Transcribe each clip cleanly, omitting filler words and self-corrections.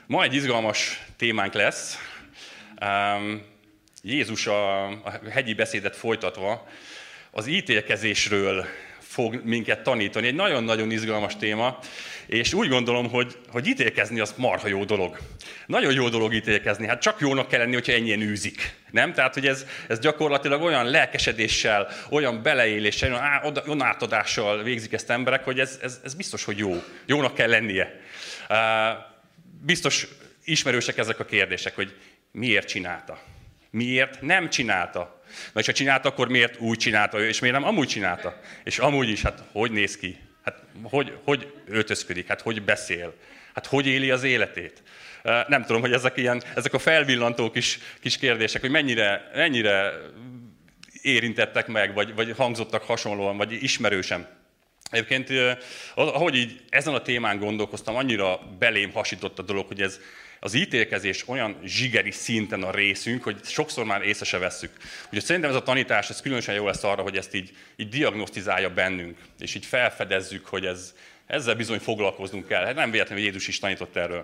Ma egy izgalmas témánk lesz. Jézus a hegyi beszédet folytatva az ítélkezésről fog minket tanítani. Egy nagyon-nagyon izgalmas téma, és úgy gondolom, hogy ítélkezni az marha jó dolog. Nagyon jó dolog ítélkezni, hát csak jónak kell lenni, hogyha ennyien űzik. Nem? Tehát, hogy ez gyakorlatilag olyan lelkesedéssel, olyan beleéléssel, olyan átadással végzik ezt emberek, hogy ez biztos, hogy jó. Jónak kell lennie. Biztos ismerősek ezek a kérdések, hogy miért csinálta? Miért nem csinálta? Vagy ha csinálta, akkor miért úgy csinálta ő, és miért nem amúgy csinálta? És amúgy is, hát hogy néz ki? Hát hogy öltözködik? Hát hogy beszél? Hát hogy éli az életét? Nem tudom, hogy ezek a felvillantó kis kérdések, hogy mennyire érintettek meg, vagy hangzottak hasonlóan, vagy ismerősen. Egyébként, ahogy így ezen a témán gondolkoztam, annyira belém hasított a dolog, hogy ez az ítélkezés olyan zsigeri szinten a részünk, hogy sokszor már észre se vesszük. Úgyhogy szerintem ez a tanítás ez különösen jó lesz arra, hogy ezt így diagnosztizálja bennünk, és így felfedezzük, hogy ezzel bizony foglalkoznunk kell. Hát nem véletlenül, hogy Jézus is tanított erről.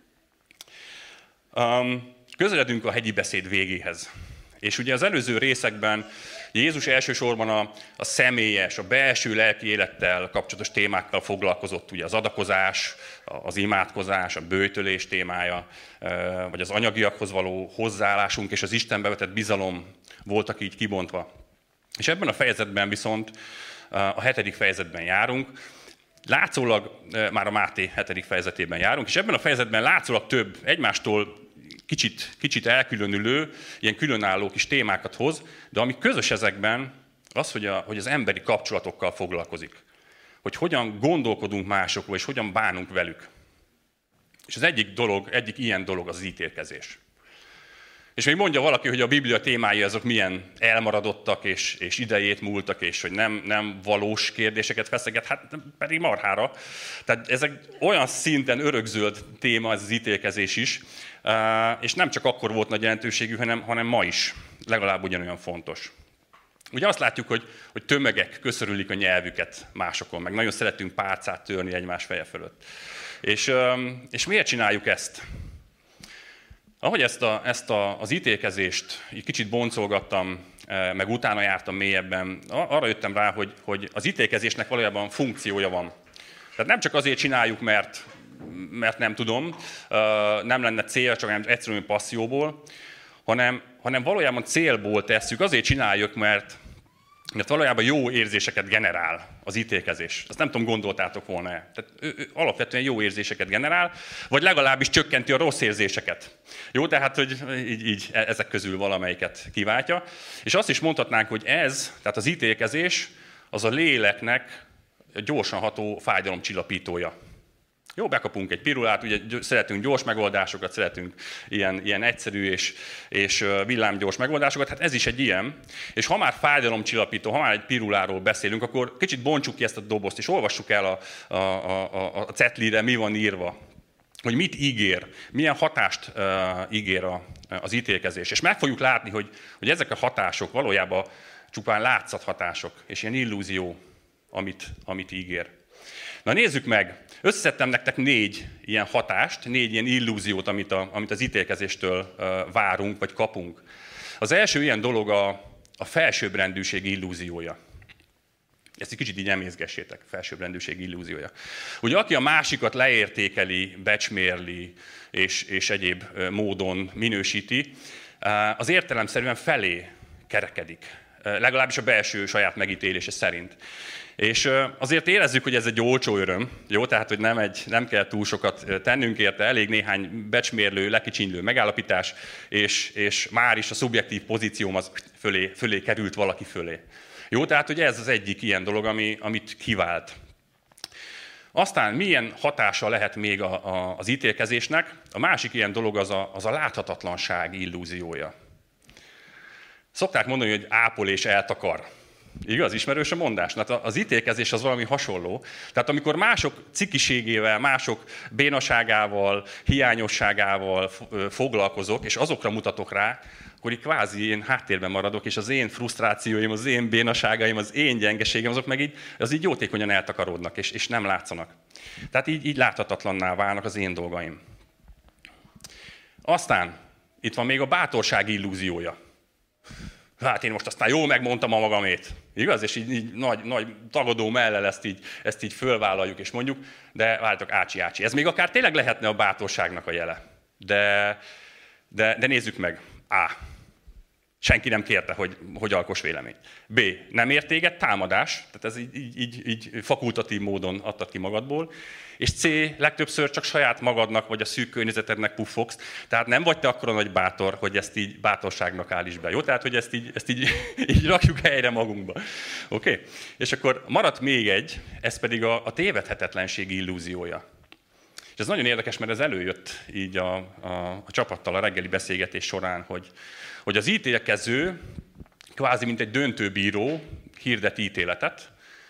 Közeledünk a hegyi beszéd végéhez. És ugye az előző részekben Jézus elsősorban a személyes, a belső lelki élettel kapcsolatos témákkal foglalkozott, ugye az adakozás, az imádkozás, a böjtölés témája, vagy az anyagiakhoz való hozzáállásunk és az Istenbe vetett bizalom voltak így kibontva. És ebben a fejezetben viszont, a 7. fejezetben járunk, látszólag már a Máté 7. fejezetében járunk, és ebben a fejezetben látszólag több egymástól kicsit elkülönülő, ilyen különálló kis témákat hoz, de ami közös ezekben az, hogy az emberi kapcsolatokkal foglalkozik. Hogy hogyan gondolkodunk másokról, és hogyan bánunk velük. És az egyik ilyen dolog az ítélkezés. És még mondja valaki, hogy a Biblia témái azok milyen elmaradottak, és idejét múltak, és hogy nem valós kérdéseket feszeget, hát pedig marhára. Tehát ezek olyan szinten örökzöld téma, ez az ítélkezés is, és nem csak akkor volt nagy jelentőségű, hanem ma is legalább ugyanolyan fontos. Ugye azt látjuk, hogy tömegek köszörülik a nyelvüket másokon, meg nagyon szeretünk pálcát törni egymás feje fölött. És miért csináljuk ezt? Ahogy ezt az ítélkezést így kicsit boncolgattam, meg utána jártam mélyebben, arra jöttem rá, hogy az ítélkezésnek valójában funkciója van. Tehát nem csak azért csináljuk, mert nem tudom, nem lenne cél, csak egyszerűen passzióból, hanem valójában célból tesszük, azért csináljuk, mert valójában jó érzéseket generál az ítélkezés. Azt nem tudom, gondoltátok volna-e. Tehát alapvetően jó érzéseket generál, vagy legalábbis csökkenti a rossz érzéseket. Jó, tehát hogy így ezek közül valamelyiket kiváltja. És azt is mondhatnánk, hogy tehát az ítélkezés, az a léleknek gyorsan ható fájdalomcsillapítója. Jó, bekapunk egy pirulát, ugye szeretünk gyors megoldásokat, szeretünk ilyen egyszerű és villámgyors megoldásokat, hát ez is egy ilyen. És ha már fájdalomcsillapító, ha már egy piruláról beszélünk, akkor kicsit bontsuk ki ezt a dobozt, és olvassuk el a cetlire, mi van írva, hogy mit ígér, milyen hatást ígér az ítélkezés. És meg fogjuk látni, hogy ezek a hatások valójában csupán látszathatások, és ilyen illúzió, amit ígér. Na nézzük meg, összeszedtem nektek 4 ilyen hatást, 4 ilyen illúziót, amit az ítélkezéstől várunk, vagy kapunk. Az első ilyen dolog a felsőbbrendűség illúziója. Ezt egy kicsit így emészgessétek, felsőbbrendűség illúziója. Ugye aki a másikat leértékeli, becsmérli, és egyéb módon minősíti, az értelemszerűen felé kerekedik. Legalábbis a belső saját megítélése szerint. És azért érezzük, hogy ez egy olcsó öröm, jó? Tehát, hogy nem kell túl sokat tennünk érte, elég néhány becsmérlő, lekicsinylő megállapítás, és már is a szubjektív pozícióm az fölé került valaki fölé. Jó, tehát, hogy ez az egyik ilyen dolog, amit kivált. Aztán milyen hatása lehet még az ítélkezésnek? A másik ilyen dolog az a láthatatlanság illúziója. Szokták mondani, hogy ápol és eltakar. Igaz? Ismerős a mondás? Hát az ítélkezés az valami hasonló. Tehát amikor mások cikiségével, mások bénaságával, hiányosságával foglalkozok, és azokra mutatok rá, akkor így kvázi én háttérben maradok, és az én frusztrációim, az én bénaságaim, az én gyengeségem, azok meg így jótékonyan eltakarodnak, és nem látszanak. Tehát így láthatatlanná válnak az én dolgaim. Aztán itt van még a bátorság illúziója. Hát én most aztán jól megmondtam a magamét. Igaz? És így nagy tagadó mellel ezt így fölvállaljuk és mondjuk, de várjátok, ácsi. Ez még akár tényleg lehetne a bátorságnak a jele. De nézzük meg. A. Senki nem kérte, hogy alkoss véleményt. B. Nem ért téged támadás, tehát ez így fakultatív módon adtad ki magadból. És C. Legtöbbször csak saját magadnak vagy a szűk környezetednek puffogsz, tehát nem vagy te akkora nagy bátor, hogy ezt így bátorságnak állíts be. Jó? Tehát, hogy ezt így rakjuk helyre magunkba. Oké? És akkor maradt még egy, ez pedig a tévedhetetlenség illúziója. És ez nagyon érdekes, mert ez előjött így a csapattal a reggeli beszélgetés során, hogy az ítélkező kvázi mint egy döntőbíró hirdet ítéletet,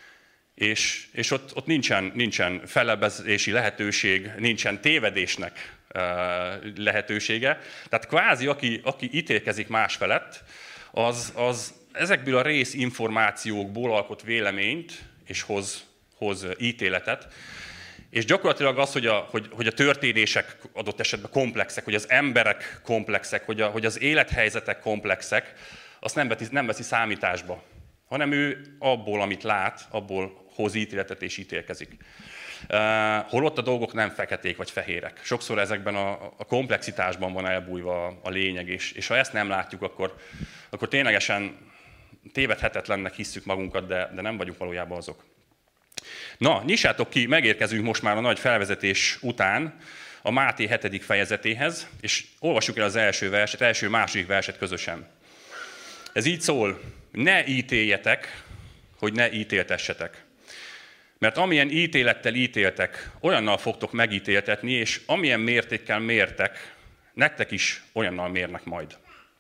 és ott nincsen fellebbezési lehetőség, nincsen tévedésnek lehetősége. Tehát kvázi, aki ítélkezik más felett, az ezekből a részinformációkból alkot véleményt, és hoz ítéletet. És gyakorlatilag az, hogy a történések adott esetben komplexek, hogy az emberek komplexek, hogy az élethelyzetek komplexek, azt nem veszi számításba, hanem ő abból, amit lát, abból hoz ítéletet és ítélkezik. Holott a dolgok nem feketék vagy fehérek. Sokszor ezekben a komplexitásban van elbújva a lényeg, és ha ezt nem látjuk, akkor ténylegesen tévedhetetlennek hisszük magunkat, de nem vagyunk valójában azok. Na, nyissátok ki, megérkezünk most már a nagy felvezetés után a Máté 7. fejezetéhez, és olvassuk el az első-második verset közösen. Ez így szól: ne ítéljetek, hogy ne ítéltessetek. Mert amilyen ítélettel ítéltek, olyannal fogtok megítéltetni, és amilyen mértékkel mértek, nektek is olyannal mérnek majd.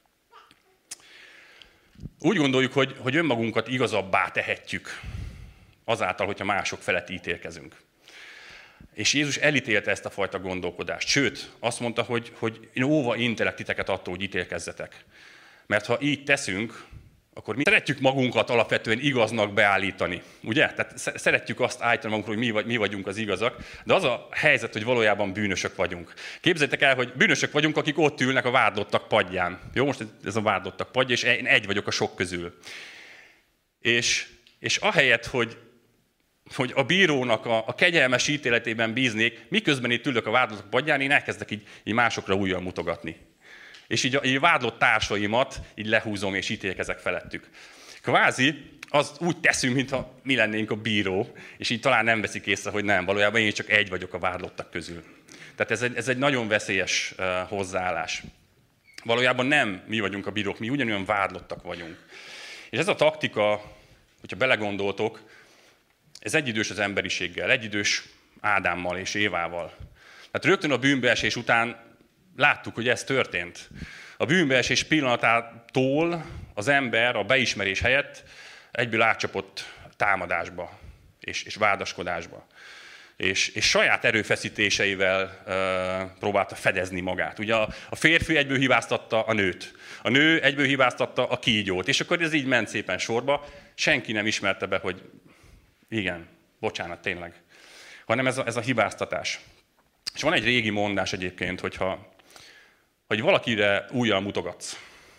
Úgy gondoljuk, hogy önmagunkat igazabbá tehetjük azáltal, hogyha mások felett ítélkezünk. És Jézus elítélte ezt a fajta gondolkodást. Sőt, azt mondta, hogy én óva intelek titeket attól, hogy ítélkezzetek. Mert ha így teszünk, akkor mi szeretjük magunkat alapvetően igaznak beállítani. Ugye? Tehát szeretjük azt állítani magunkról, hogy mi vagyunk az igazak, de az a helyzet, hogy valójában bűnösök vagyunk. Képzeljétek el, hogy bűnösök vagyunk, akik ott ülnek a vádlottak padján. Jó, most ez a vádlottak padja, és én egy vagyok a sok közül. És ahelyett, hogy a bírónak a kegyelmes ítéletében bíznék, miközben itt ülök a vádlottak padján, én elkezdek így másokra ujjal mutogatni. És így vádlott társaimat így lehúzom és ítélkezek felettük. Kvázi az úgy teszünk, mintha mi lennénk a bíró, és így talán nem veszik észre, hogy nem, valójában én csak egy vagyok a vádlottak közül. Tehát ez egy nagyon veszélyes hozzáállás. Valójában nem mi vagyunk a bírók, mi ugyanolyan vádlottak vagyunk. És ez a taktika, hogyha belegondoltok, ez egyidős az emberiséggel, egyidős Ádámmal és Évával. Tehát rögtön a bűnbeesés után láttuk, hogy ez történt. A bűnbeesés pillanatától az ember a beismerés helyett egyből átcsapott támadásba és vádaskodásba. És saját erőfeszítéseivel próbálta fedezni magát. Ugye a férfi egyből hibáztatta a nőt, a nő egyből hibáztatta a kígyót, és akkor ez így ment szépen sorba. Senki nem ismerte be, hogy igen, bocsánat, tényleg. Hanem ez a hibáztatás. És van egy régi mondás egyébként, hogy valakire újjal mutogatsz.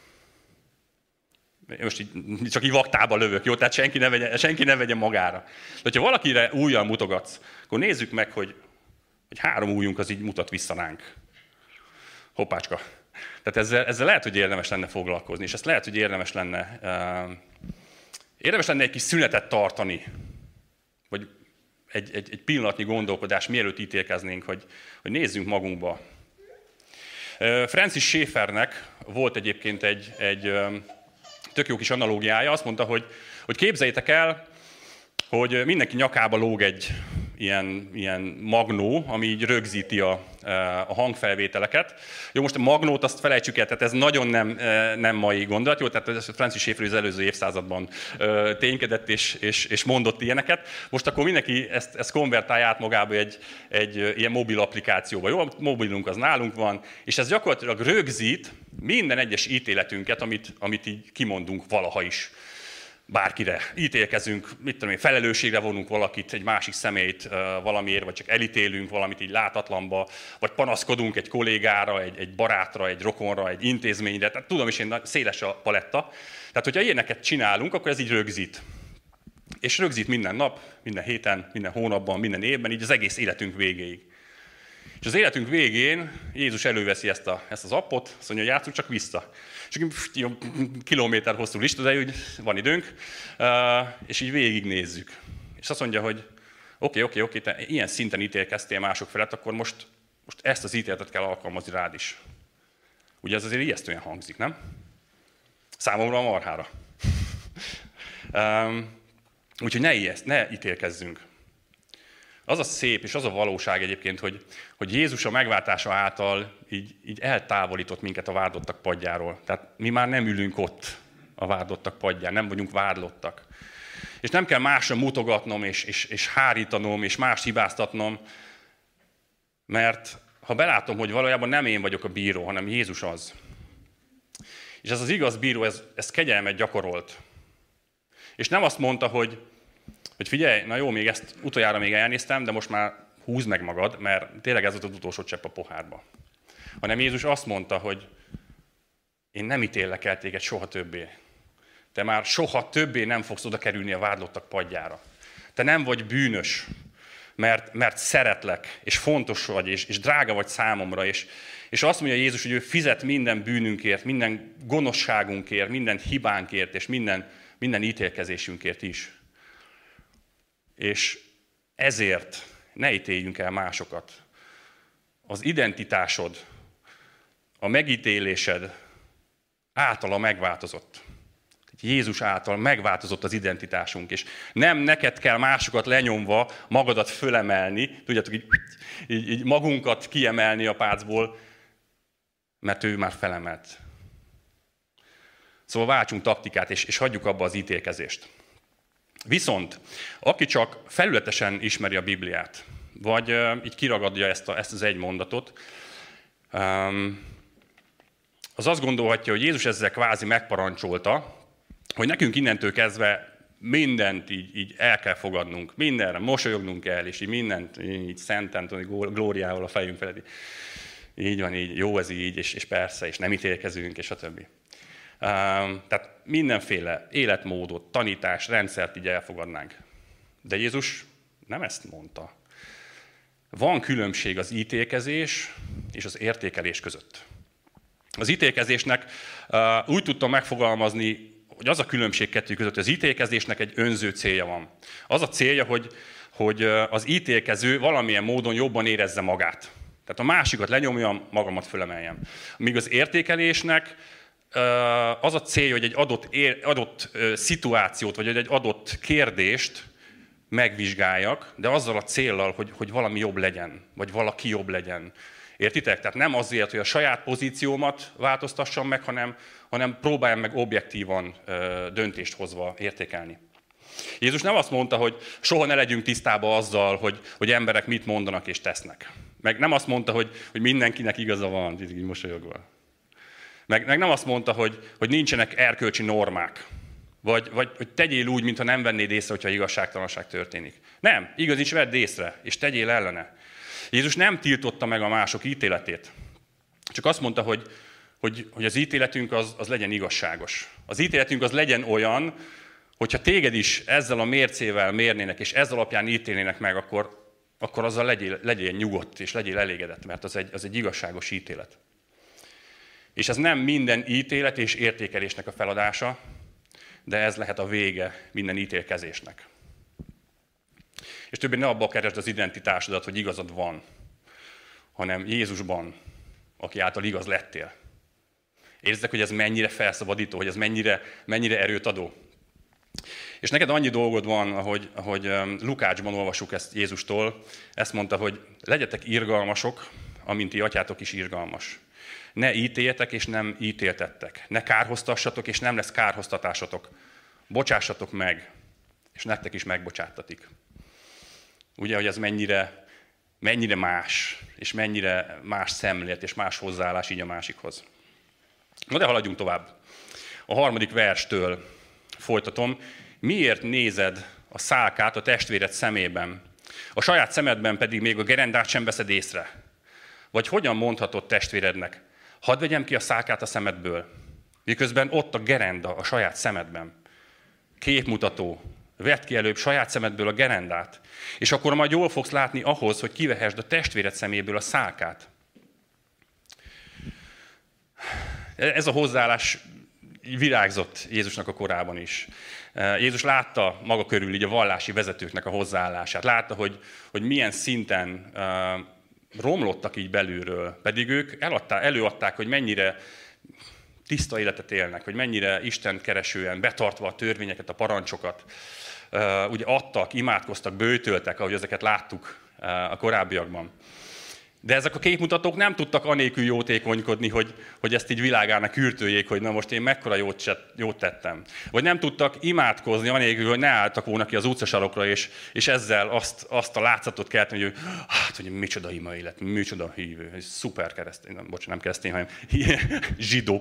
Most így, csak így vaktába lövök, jó? Tehát senki ne vegye magára. De hogyha valakire újjal mutogatsz, akkor nézzük meg, hogy 3 ujjunk az így mutat vissza ránk. Hoppácska. Tehát ezzel lehet, hogy érdemes lenne foglalkozni, és ezt lehet, hogy érdemes lenne egy kis szünetet tartani, vagy egy pillanatnyi gondolkodás, mielőtt ítélkeznénk, hogy nézzünk magunkba. Francis Schaeffernek volt egyébként egy tök jó kis analógiája, azt mondta, hogy képzeljétek el, hogy mindenki nyakába lóg egy ilyen magnó, ami így rögzíti a hangfelvételeket. Jó, most a magnót azt felejtsük el, tehát ez nagyon nem mai gondolat, jó, tehát Francis Schaeffer az előző évszázadban ténykedett és mondott ilyeneket. Most akkor mindenki ezt konvertálja át magába egy ilyen mobil applikációba. Jó, a mobilunk az nálunk van, és ez gyakorlatilag rögzít minden egyes ítéletünket, amit így kimondunk valaha is. bárkire ítélkezünk, mit tudom én, felelősségre vonunk valakit, egy másik személyt valamiért, vagy csak elítélünk valamit így látatlanba, vagy panaszkodunk egy kollégára, egy barátra, egy rokonra, egy intézményre. Tehát tudom is, én széles a paletta. Tehát, hogyha ilyeneket csinálunk, akkor ez így rögzít. És rögzít minden nap, minden héten, minden hónapban, minden évben, így az egész életünk végéig. És az életünk végén Jézus előveszi ezt az appot, azt mondja, hogy játsszuk csak vissza. És kilométer hosszú lista, de úgy van időnk, és így végignézzük. És azt mondja, hogy oké, te ilyen szinten ítélkeztél mások felett, akkor most ezt az ítéletet kell alkalmazni rád is. Ugye ez azért ijesztően hangzik, nem? Számomra a marhára. Úgyhogy ne ítélkezzünk. Az a szép és az a valóság egyébként, hogy Jézus a megváltása által így eltávolított minket a vádlottak padjáról. Tehát mi már nem ülünk ott a vádlottak padján, nem vagyunk vádlottak. És nem kell másra mutogatnom és hárítanom és mást hibáztatnom, mert ha belátom, hogy valójában nem én vagyok a bíró, hanem Jézus az. És ez az igaz bíró, ez kegyelmet gyakorolt. És nem azt mondta, hogy figyelj, na jó, még ezt utoljára még elnéztem, de most már húzd meg magad, mert tényleg ez volt az utolsó csepp a pohárba. Hanem Jézus azt mondta, hogy én nem ítéllek el téged soha többé. Te már soha többé nem fogsz oda kerülni a vádlottak padjára. Te nem vagy bűnös, mert szeretlek, és fontos vagy, és drága vagy számomra. És azt mondja Jézus, hogy ő fizet minden bűnünkért, minden gonoszságunkért, minden hibánkért, és minden ítélkezésünkért is. És ezért ne ítéljünk el másokat. Az identitásod, a megítélésed általa megváltozott. Jézus által megváltozott az identitásunk, és nem neked kell másokat lenyomva magadat fölemelni, tudjátok, így magunkat kiemelni a pácból, mert ő már felemelt. Szóval váltsunk taktikát, és hagyjuk abba az ítélkezést. Viszont, aki csak felületesen ismeri a Bibliát, vagy így kiragadja ezt az egy mondatot, az azt gondolhatja, hogy Jézus ezzel kvázi megparancsolta, hogy nekünk innentől kezdve mindent így el kell fogadnunk, mindenre mosolyognunk kell, és így mindent így szenten, glóriával a fejünk felett. Így van, így, jó ez így, és persze, és nem ítélkezünk, és a többi. Tehát mindenféle életmódot, tanítás, rendszert így elfogadnánk. De Jézus nem ezt mondta. Van különbség az ítélkezés és az értékelés között. Az ítélkezésnek úgy tudtam megfogalmazni, hogy az a különbség kettő között, hogy az ítélkezésnek egy önző célja van. Az a célja, hogy az ítélkező valamilyen módon jobban érezze magát. Tehát a másikat lenyomjam, magamat fölemeljem. Míg az értékelésnek az a célja, hogy egy adott szituációt, vagy egy adott kérdést megvizsgáljak, de azzal a céllal, hogy valami jobb legyen, vagy valaki jobb legyen. Értitek? Tehát nem azért, hogy a saját pozíciómat változtassam meg, hanem próbáljam meg objektívan döntést hozva értékelni. Jézus nem azt mondta, hogy soha ne legyünk tisztában azzal, hogy emberek mit mondanak és tesznek. Meg nem azt mondta, hogy mindenkinek igaza van, így mosolyogva. Meg nem azt mondta, hogy nincsenek erkölcsi normák. Vagy hogy tegyél úgy, mintha nem vennéd észre, hogyha igazságtalanság történik. Nem, igenis vedd észre, és tegyél ellene. Jézus nem tiltotta meg a mások ítéletét. Csak azt mondta, hogy az ítéletünk az legyen igazságos. Az ítéletünk az legyen olyan, hogyha téged is ezzel a mércével mérnének, és ezzel alapján ítélnének meg, akkor azzal legyél nyugodt, és legyél elégedett, mert az egy igazságos ítélet. És ez nem minden ítélet és értékelésnek a feladása, de ez lehet a vége minden ítélkezésnek. És többé ne abba keresd az identitásodat, hogy igazad van, hanem Jézusban, aki által igaz lettél. Érzed, hogy ez mennyire felszabadító, hogy ez mennyire erőt adó. És neked annyi dolgod van, ahogy Lukácsban olvasjuk ezt Jézustól, ezt mondta, hogy legyetek irgalmasok, amint ti atyátok is irgalmas. Ne ítéljetek, és nem ítéltettek. Ne kárhoztassatok, és nem lesz kárhoztatásatok. Bocsássatok meg, és nektek is megbocsáttatik. Ugye, hogy ez mennyire más, és mennyire más szemlélet, és más hozzáállás így a másikhoz. Na de haladjunk tovább. A 3. verstől Folytatom. Miért nézed a szálkát a testvéred szemében? A saját szemedben pedig még a gerendát sem veszed észre. Vagy hogyan mondhatod testvérednek? Hadd vegyem ki a szálkát a szemedből. Miközben ott a gerenda a saját szemedben. Képmutató. Vedd ki előbb saját szemedből a gerendát. És akkor majd jól fogsz látni ahhoz, hogy kivehesd a testvéred szeméből a szálkát. Ez a hozzáállás virágzott Jézusnak a korában is. Jézus látta maga körül így a vallási vezetőknek a hozzáállását. Látta, hogy milyen szinten romlottak így belülről. Pedig ők előadták, hogy mennyire tiszta életet élnek, hogy mennyire Istent keresően, betartva a törvényeket, a parancsokat. Ugye adtak, imádkoztak, böjtöltek, ahogy ezeket láttuk a korábbiakban. De ezek a képmutatók nem tudtak anélkül jótékonykodni, hogy ezt így világának ürtöljék, hogy na most én mekkora jót tettem. Vagy nem tudtak imádkozni anélkül, hogy ne álltak volna ki az utcasarokra, és ezzel azt a látszatot kelteni, hogy micsoda ima élet, micsoda hívő, szuper keresztény, nem keresztény, hanem zsidó.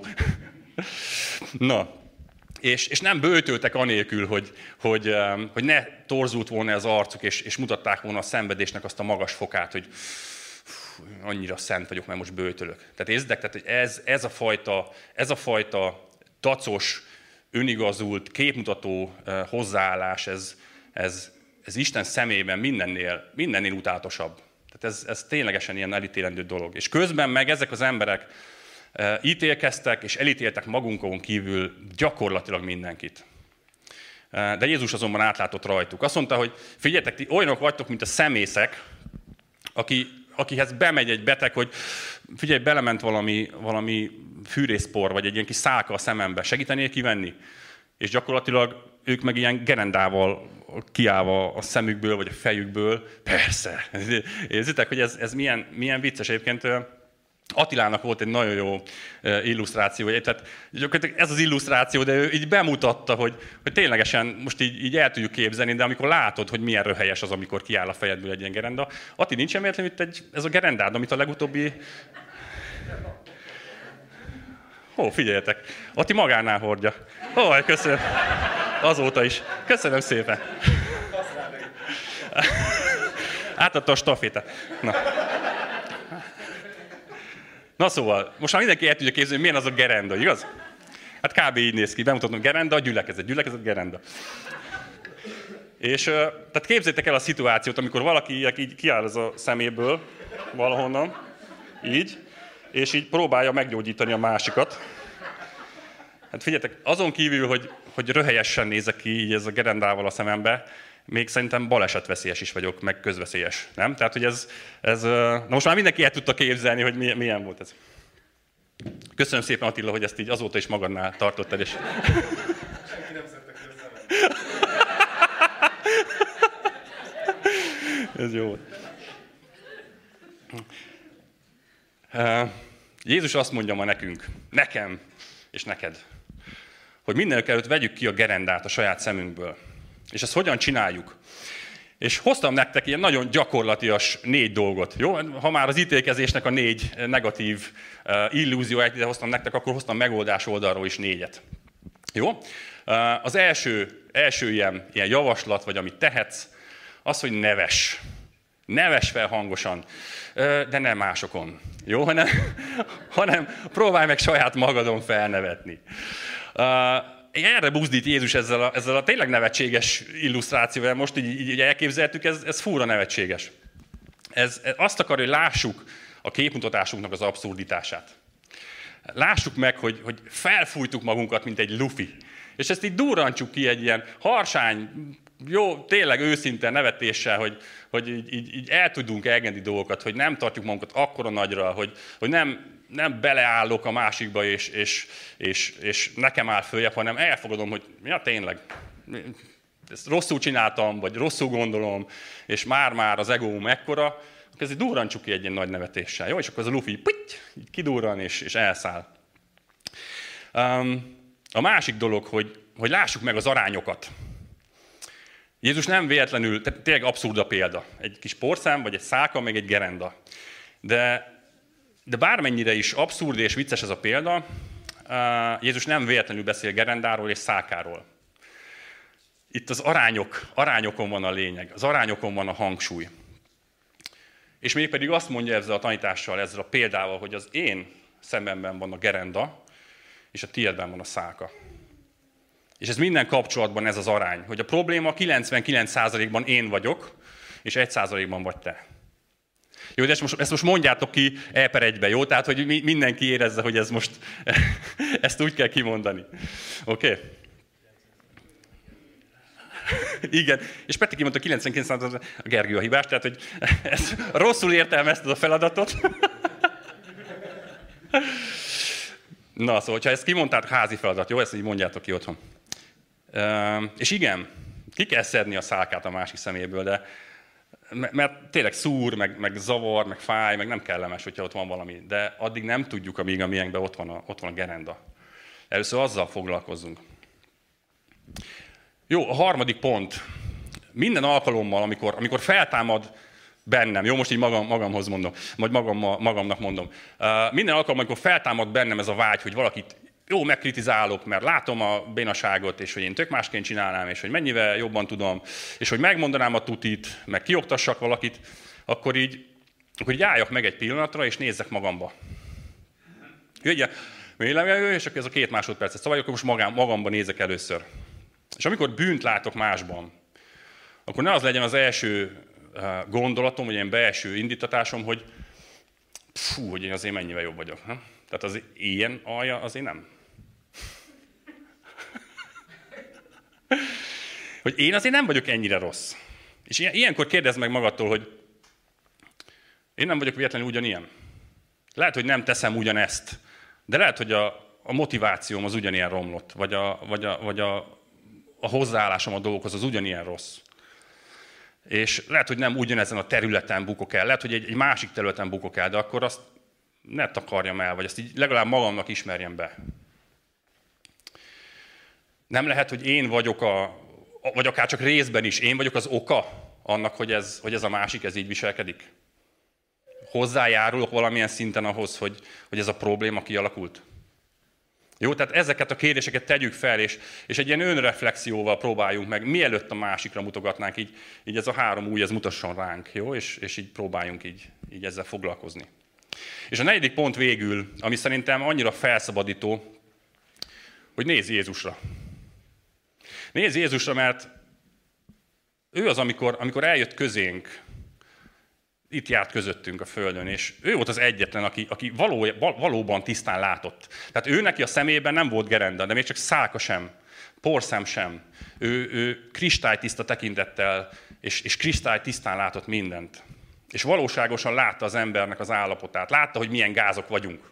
Na, és nem böjtöltek anélkül, hogy ne torzult volna az arcuk, és mutatták volna a szenvedésnek azt a magas fokát, hogy annyira szent vagyok, mert most böjtölök. Tehát érzedek, hogy ez a fajta tacos, önigazult, képmutató hozzáállás, ez Isten szemében mindennél utálatosabb. Tehát ez ténylegesen ilyen elítélendő dolog. És közben meg ezek az emberek ítélkeztek, és elítéltek magunkon kívül gyakorlatilag mindenkit. De Jézus azonban átlátott rajtuk. Azt mondta, hogy figyeljetek, ti olyanok vagytok, mint a szemészek, akihez bemegy egy beteg, hogy figyelj, belement valami fűrészpor, vagy egy ilyen kis szálka a szemembe, segítenél kivenni? És gyakorlatilag ők meg ilyen gerendával kiállva a szemükből, vagy a fejükből, persze. Érzitek, hogy ez milyen vicces. Egyébként Attilának volt egy nagyon jó illusztráció, tehát ez az illusztráció, de ő így bemutatta, hogy ténylegesen most így el tudjuk képzelni, de amikor látod, hogy milyen röhelyes az, amikor kiáll a fejedből egy ilyen gerenda. Atti, nincs véletlenül itt ez a gerendád, amit a legutóbbi... Figyeljetek, Atti magánál hordja. Köszönöm. Azóta is. Köszönöm szépen. Átadta a stafétát. Na szóval, most már mindenki el tudja képzelni, milyen az a gerenda, igaz? Hát kb. Így néz ki, bemutatom, gerenda, gyülekezet, gerenda. És tehát képzeljétek el a szituációt, amikor valaki így kiáll az a szeméből valahonnan, így, és így próbálja meggyógyítani a másikat. Hát figyeljetek, azon kívül, hogy röhelyesen nézek ki így ez a gerendával a szemembe, még szerintem balesetveszélyes is vagyok, meg közveszélyes, nem? Tehát, hogy ez na most már mindenki el tudta képzelni, hogy milyen volt ez. Köszönöm szépen, Attila, hogy ezt így azóta is magadnál tartottad, és... Senki nem szedte közben. Ez jó. Jézus azt mondja ma nekünk, nekem és neked, hogy mindenek előtt vegyük ki a gerendát a saját szemünkből. És ezt hogyan csináljuk? És hoztam nektek ilyen nagyon gyakorlatias 4 dolgot. Jó? Ha már az ítélkezésnek a 4 negatív illúzióját ide hoztam nektek, akkor hoztam megoldás oldalról is 4-et. Jó? Az első ilyen javaslat, vagy amit tehetsz, az, hogy nevess. Nevess fel hangosan, de nem másokon. Jó? Hanem próbálj meg saját magadon felnevetni. Erre buzdít Jézus ezzel a tényleg nevetséges illusztrációval. Most így elképzeltük, ez fúra nevetséges. Ez azt akarja, hogy lássuk a képmutatásunknak az abszurditását. Lássuk meg, hogy felfújtuk magunkat, mint egy lufi. És ezt így durrantsuk ki egy ilyen harsány, jó, tényleg őszinte nevetéssel, hogy így el tudunk engedni dolgokat, hogy nem tartjuk magunkat akkora nagyra, hogy nem beleállok a másikba, és nekem áll följebb, hanem elfogadom, hogy ja, tényleg, ezt rosszul csináltam, vagy rosszul gondolom, és már az egóm ekkora, akkor ezért durrantsuk ki egy ilyen nagy nevetéssel. Jó? És akkor ez a lufi így kidurran, és elszáll. A másik dolog, hogy lássuk meg az arányokat. Jézus nem véletlenül, tényleg abszurd a példa. Egy kis porszám, vagy egy szálka, meg egy gerenda. De bármennyire is abszurd és vicces ez a példa, Jézus nem véletlenül beszél gerendáról és szálkáról. Itt az arányokon van a lényeg, az arányokon van a hangsúly. És mégpedig azt mondja ezzel a tanítással, ezzel a példával, hogy az én szememben van a gerenda, és a tiédben van a szálka. És ez minden kapcsolatban ez az arány, hogy a probléma 99%-ban én vagyok, és 1%-ban vagy te. Jó, de ezt most mondjátok ki E/1-be, jó? Tehát, hogy mindenki érezze, hogy ez most, ezt úgy kell kimondani. Oké? Okay? Igen, és Peti kimondta 99% a Gergő a hibás, tehát, hogy rosszul értelmezted a feladatot. Na, szóval, ha ezt kimondtád, házi feladat, jó? Ezt így mondjátok ki otthon. És igen, ki kell szedni a szálkát a másik szeméből, de mert tényleg szúr, meg zavar, meg fáj, meg nem kellemes, hogyha ott van valami. De addig nem tudjuk, amíg a miénkben ott van a gerenda. Először azzal foglalkozzunk. Jó, a harmadik pont. Minden alkalommal, amikor feltámad bennem, jó, most így magamhoz mondom, vagy magamnak mondom. Minden alkalommal, amikor feltámad bennem ez a vágy, hogy valakit jó, megkritizálok, mert látom a bénaságot, és hogy én tök másként csinálnám, és hogy mennyivel jobban tudom, és hogy megmondanám a tutit, meg kioktassak valakit, akkor így álljak meg egy pillanatra, és nézzek magamba. Ugye, és akkor ez a 2 másodpercet szabály, akkor most magamban nézek először. És amikor bűnt látok másban, akkor ne az legyen az első gondolatom, vagy ilyen belső indítatásom, hogy hogy én azért mennyivel jobb vagyok. Nem? Tehát az ilyen alja azért nem. Hogy én azért nem vagyok ennyire rossz. És ilyenkor kérdezd meg magadtól, hogy én nem vagyok véletlenül ugyanilyen. Lehet, hogy nem teszem ugyanezt, de lehet, hogy a motivációm az ugyanilyen romlott, vagy a hozzáállásom a dolgokhoz az ugyanilyen rossz. És lehet, hogy nem ugyanezen a területen bukok el, lehet, hogy egy másik területen bukok el, de akkor azt ne takarjam el, vagy ezt így legalább magamnak ismerjem be. Nem lehet, hogy én vagyok vagy akár csak részben is, én vagyok az oka annak, hogy ez a másik ez így viselkedik. Hozzájárulok valamilyen szinten ahhoz, hogy ez a probléma kialakult. Jó, tehát ezeket a kérdéseket tegyük fel, és egy ilyen önreflexióval próbáljunk meg, mielőtt a másikra mutogatnánk, így ez a 3 ujj, ez mutasson ránk, jó? És így próbáljunk így ezzel foglalkozni. És a 4. pont végül, ami szerintem annyira felszabadító, hogy nézz Jézusra. Nézz Jézusra, mert ő az, amikor eljött közénk, itt járt közöttünk a Földön, és ő volt az egyetlen, aki valóban tisztán látott. Tehát ő neki a szemében nem volt gerenda, de még csak szálka sem, porszem sem. Ő kristálytiszta tekintettel, és kristálytisztán látott mindent. És valóságosan látta az embernek az állapotát. Látta, hogy milyen gázok vagyunk.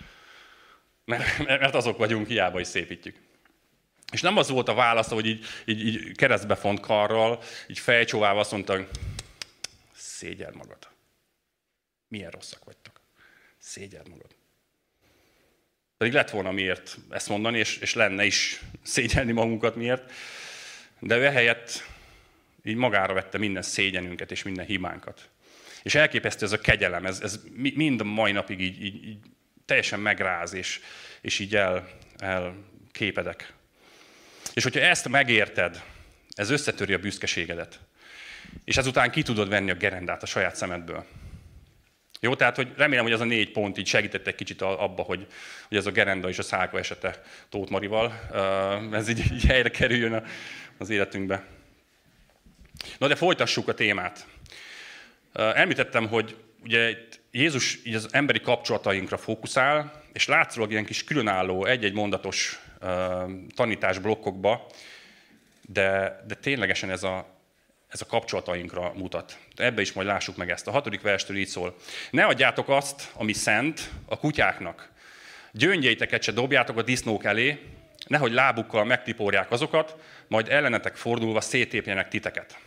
Mert azok vagyunk, hiába is szépítjük. És nem az volt a válasz, hogy így keresztbe font karral, így fejcsóvával azt mondta, hogy szégyeld magad. Milyen rosszak vagytok. Szégyeld magad. Pedig lett volna miért ezt mondani, és lenne is szégyelni magunkat miért. De ő ehelyett így magára vette minden szégyenünket és minden hibánkat. És elképesztő ez a kegyelem, ez mind a mai napig így teljesen megráz, és így elképedek. És hogyha ezt megérted, ez összetöri a büszkeségedet. És ezután ki tudod venni a gerendát a saját szemedből. Jó, tehát hogy remélem, hogy ez a 4 pont így segített egy kicsit abba, hogy ez a gerenda és a szálka esete Tóth Marival, ez így helyre kerüljön az életünkbe. Na de folytassuk a témát. Említettem, hogy ugye Jézus így az emberi kapcsolatainkra fókuszál, és látszólag ilyen kis különálló, egy-egy mondatos tanításblokkokba, de ténylegesen ez a kapcsolatainkra mutat. Ebbe is majd lássuk meg ezt. A 6. verstől így szól. Ne adjátok azt, ami szent, a kutyáknak. Gyöngyeiteket se dobjátok a disznók elé, nehogy lábukkal megtiporják azokat, majd ellenetek fordulva széttépjenek titeket.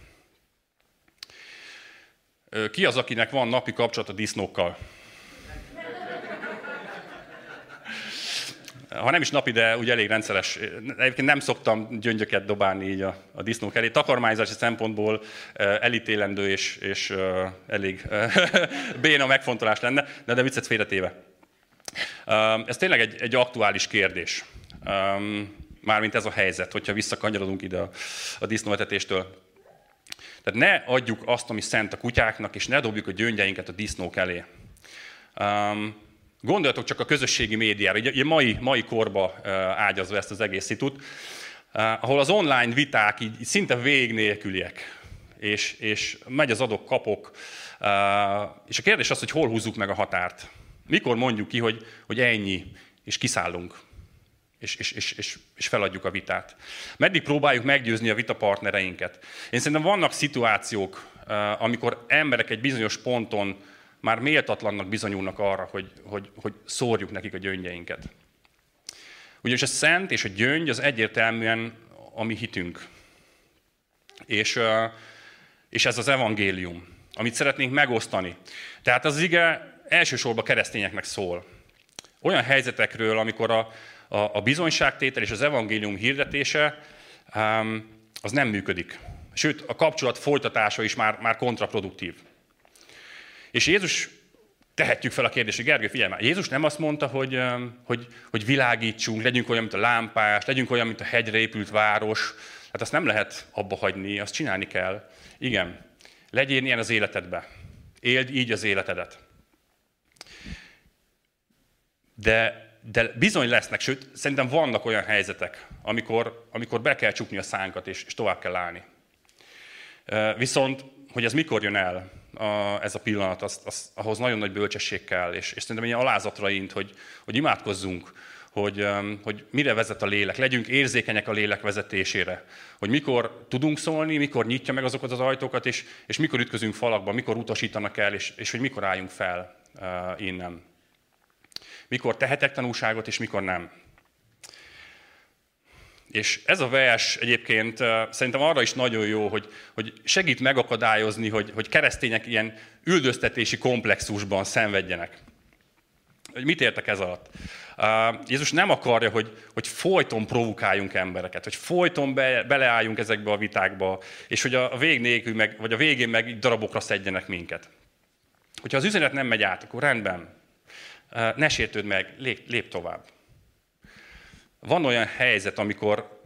Ki az, akinek van napi kapcsolat a disznókkal? Ha nem is napi, de úgy elég rendszeres. Egyébként nem szoktam gyöngyöket dobálni így a disznók elé. Takarmányzási szempontból elítélendő és elég béna megfontolás lenne, de viccet félretéve. Ez tényleg egy aktuális kérdés. mármint ez a helyzet, hogyha visszakanyarodunk ide a disznóetetéstől. Tehát ne adjuk azt, ami szent a kutyáknak, és ne dobjuk a gyöngyeinket a disznók elé. Gondoljatok csak a közösségi médiára, ugye mai korba ágyazva ezt az egész szitut, ahol az online viták így szinte vég nélküliek, és megy az adok-kapok, és a kérdés az, hogy hol húzzuk meg a határt. Mikor mondjuk ki, hogy ennyi, és kiszállunk, és feladjuk a vitát. Meddig próbáljuk meggyőzni a vitapartnereinket. Én szerintem vannak szituációk, amikor emberek egy bizonyos ponton már méltatlannak bizonyulnak arra, hogy szórjuk nekik a gyöngyeinket. Ugyanis a szent és a gyöngy az egyértelműen a mi hitünk. És ez az evangélium, amit szeretnénk megosztani. Tehát az ige elsősorban keresztényeknek szól. Olyan helyzetekről, amikor a bizonyságtétel és az evangélium hirdetése az nem működik. Sőt, a kapcsolat folytatása is már kontraproduktív. És Jézus, tehetjük fel a kérdést, hogy Gergő, figyelj már, Jézus nem azt mondta, hogy világítsunk, legyünk olyan, mint a lámpás, legyünk olyan, mint a hegyre épült város. Hát azt nem lehet abba hagyni, azt csinálni kell. Igen, legyél ilyen az életedbe. Éld így az életedet. De bizony lesznek, sőt, szerintem vannak olyan helyzetek, amikor be kell csukni a szánkat, és tovább kell állni. Viszont, hogy ez mikor jön el, ez a pillanat, ahhoz nagyon nagy bölcsesség kell, és szerintem ilyen alázatra int, hogy imádkozzunk, hogy mire vezet a lélek, legyünk érzékenyek a lélek vezetésére, hogy mikor tudunk szólni, mikor nyitja meg azokat az ajtókat, és mikor ütközünk falakba, mikor utasítanak el, és hogy mikor álljunk fel innen. Mikor tehetek tanúságot, és mikor nem. És ez a vers egyébként szerintem arra is nagyon jó, hogy segít megakadályozni, hogy keresztények ilyen üldöztetési komplexusban szenvedjenek. Mit értek ez alatt? Jézus nem akarja, hogy folyton provokáljunk embereket, hogy folyton beleálljunk ezekbe a vitákba, és hogy a vég nélkül, vagy a végén meg darabokra szedjenek minket. Hogyha az üzenet nem megy át, akkor rendben, ne sértőd meg, lép tovább. Van olyan helyzet, amikor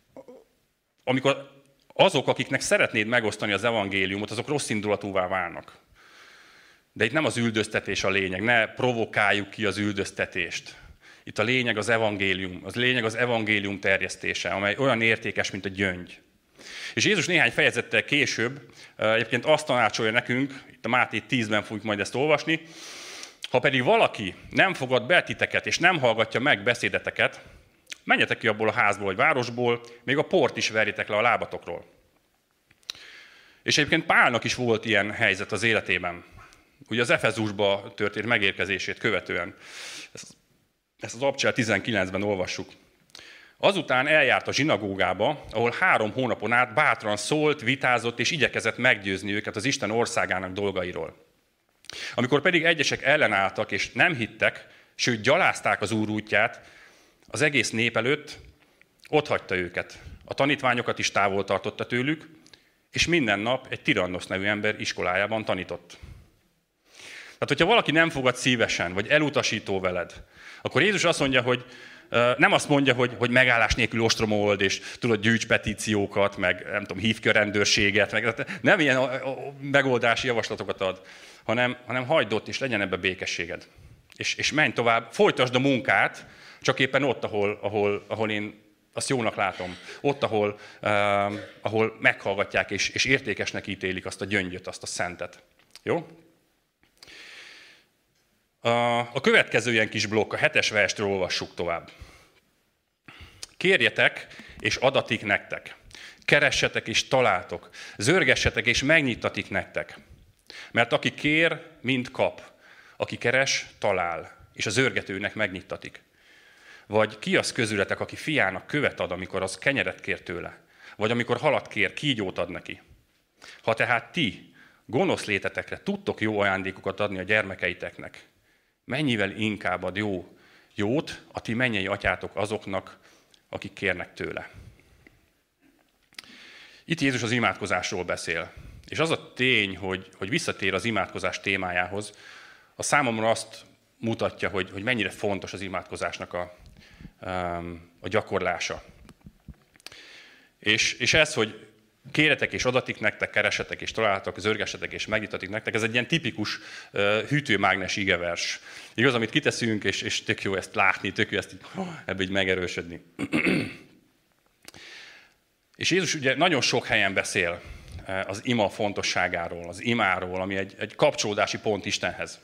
azok, akiknek szeretnéd megosztani az evangéliumot, azok rossz indulatúvá válnak. De itt nem az üldöztetés a lényeg, ne provokáljuk ki az üldöztetést. Itt a lényeg az evangélium, az lényeg az evangélium terjesztése, amely olyan értékes, mint a gyöngy. És Jézus néhány fejezettel később egyébként azt tanácsolja nekünk, itt a Máté 10-ben fogjuk majd ezt olvasni, ha pedig valaki nem fogad be titeket, és nem hallgatja meg beszédeteket, menjetek ki abból a házból vagy városból, még a port is verjétek le a lábatokról. És egyébként Pálnak is volt ilyen helyzet az életében. Ugye az Efezusba történt megérkezését követően. Ezt az Abcsel 19-ben olvassuk. Azután eljárt a zsinagógába, ahol 3 hónapon át bátran szólt, vitázott és igyekezett meggyőzni őket az Isten országának dolgairól. Amikor pedig egyesek ellenálltak és nem hittek, sőt gyalázták az Úr útját, az egész nép előtt otthagyta őket. A tanítványokat is távol tartotta tőlük, és minden nap egy Tirannosz nevű ember iskolájában tanított. Tehát, hogyha valaki nem fogad szívesen, vagy elutasító veled, akkor Jézus azt mondja, hogy nem azt mondja, hogy megállás nélkül ostromold, és tudod, gyűjts petíciókat, meg nem tudom, hívj ki a rendőrséget, meg nem ilyen megoldási javaslatokat ad, hanem hagyd ott, és legyen ebbe békességed. És menj tovább, folytasd a munkát, csak éppen ott, ahol én azt jónak látom. Ott, ahol meghallgatják, és értékesnek ítélik azt a gyöngyöt, azt a szentet. Jó? A következő ilyen kis blokk, a 7-es verstől olvassuk tovább. Kérjetek, és adatik nektek. Keressetek, és találtok. Zörgessetek, és megnyittatik nektek. Mert aki kér, mind kap. Aki keres, talál. És a zörgetőnek megnyittatik. Vagy ki az közületek, aki fiának követ ad, amikor az kenyeret kér tőle? Vagy amikor halat kér, kígyót ad neki? Ha tehát ti, gonosz létetekre tudtok jó ajándékokat adni a gyermekeiteknek, mennyivel inkább ad jót a ti mennyei atyátok azoknak, akik kérnek tőle. Itt Jézus az imádkozásról beszél. És az a tény, hogy visszatér az imádkozás témájához, a számomra azt mutatja, hogy mennyire fontos az imádkozásnak a gyakorlása. És ez, hogy kéretek és adatik nektek, keresetek és találtok, zörgessetek és megnyitatik nektek, ez egy ilyen tipikus hűtőmágnes igevers. Igaz, amit kiteszünk, és tök jó ezt látni, tök jó ezt ebbe így megerősödni. És Jézus ugye nagyon sok helyen beszél az ima fontosságáról, az imáról, ami egy kapcsolódási pont Istenhez.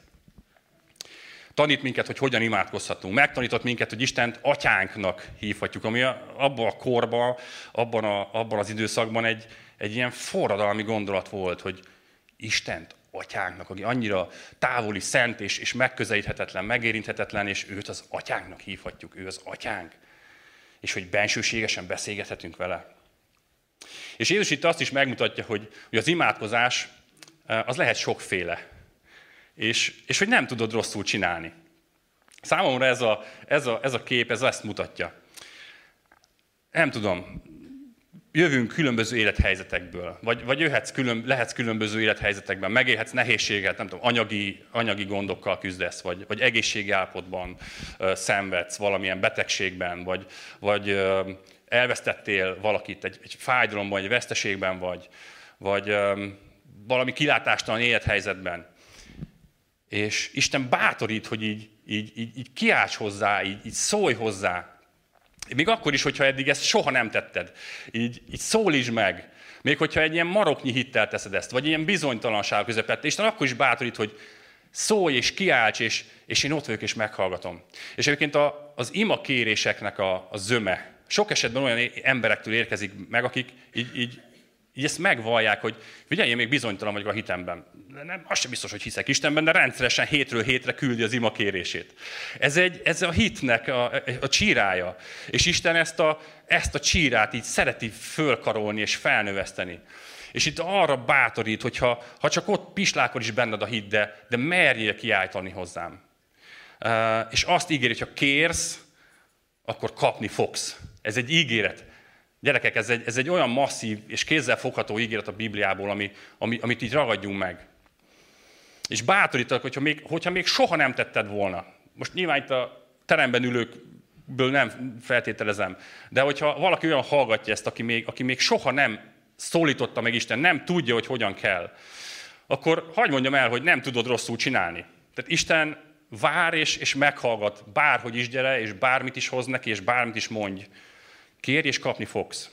Tanít minket, hogy hogyan imádkozhatunk. Megtanított minket, hogy Istent atyánknak hívhatjuk, ami abban a korban, abban az időszakban egy ilyen forradalmi gondolat volt, hogy Istent atyánknak, aki annyira távoli, szent és megközelíthetetlen, megérinthetetlen, és őt az atyánknak hívhatjuk, ő az atyánk. És hogy bensőségesen beszélgethetünk vele. És Jézus itt azt is megmutatja, hogy az imádkozás az lehet sokféle. És hogy nem tudod rosszul csinálni. Számomra ez a kép, ez ezt mutatja. Nem tudom, jövünk különböző élethelyzetekből, vagy lehetsz különböző élethelyzetekben, megélhetsz nehézséget, nem tudom, anyagi gondokkal küzdesz, vagy egészségi állapotban szenvedsz valamilyen betegségben, vagy elvesztettél valakit egy fájdalomban, egy veszteségben, vagy valami kilátástalan élethelyzetben. És Isten bátorít, hogy így kiálts hozzá, így szólj hozzá. Még akkor is, hogyha eddig ezt soha nem tetted. Így szólítsd meg. Még hogyha egy ilyen maroknyi hittel teszed ezt, vagy ilyen bizonytalanság közepette. Isten akkor is bátorít, hogy szólj és kiálts, és én ott vagyok és meghallgatom. És egyébként az ima kéréseknek a zöme sok esetben olyan emberektől érkezik meg, akik így ezt megvallják, hogy figyelj, én még bizonytalan vagyok a hitemben. Nem, az sem biztos, hogy hiszek Istenben, de rendszeresen hétről hétre küldi az ima kérését. Ez a hitnek a csírája. És Isten ezt a csírát így szereti fölkarolni és felnöveszteni. És itt arra bátorít, hogyha csak ott pislákol is benned a hit, de merjél kiáltani hozzám. És azt ígéri, hogy ha kérsz, akkor kapni fogsz. Ez egy ígéret. Gyerekek, ez egy olyan masszív és kézzelfogható ígéret a Bibliából, amit így ragadjunk meg. És bátorítalak, hogyha még soha nem tetted volna. Most nyilván itt a teremben ülőkből nem feltételezem, de hogyha valaki olyan hallgatja ezt, aki még soha nem szólította meg Isten, nem tudja, hogy hogyan kell, akkor hadd mondjam el, hogy nem tudod rosszul csinálni. Tehát Isten vár és meghallgat, bárhogy is gyere, és bármit is hoz neki, és bármit is mondj. Kérj, és kapni fogsz.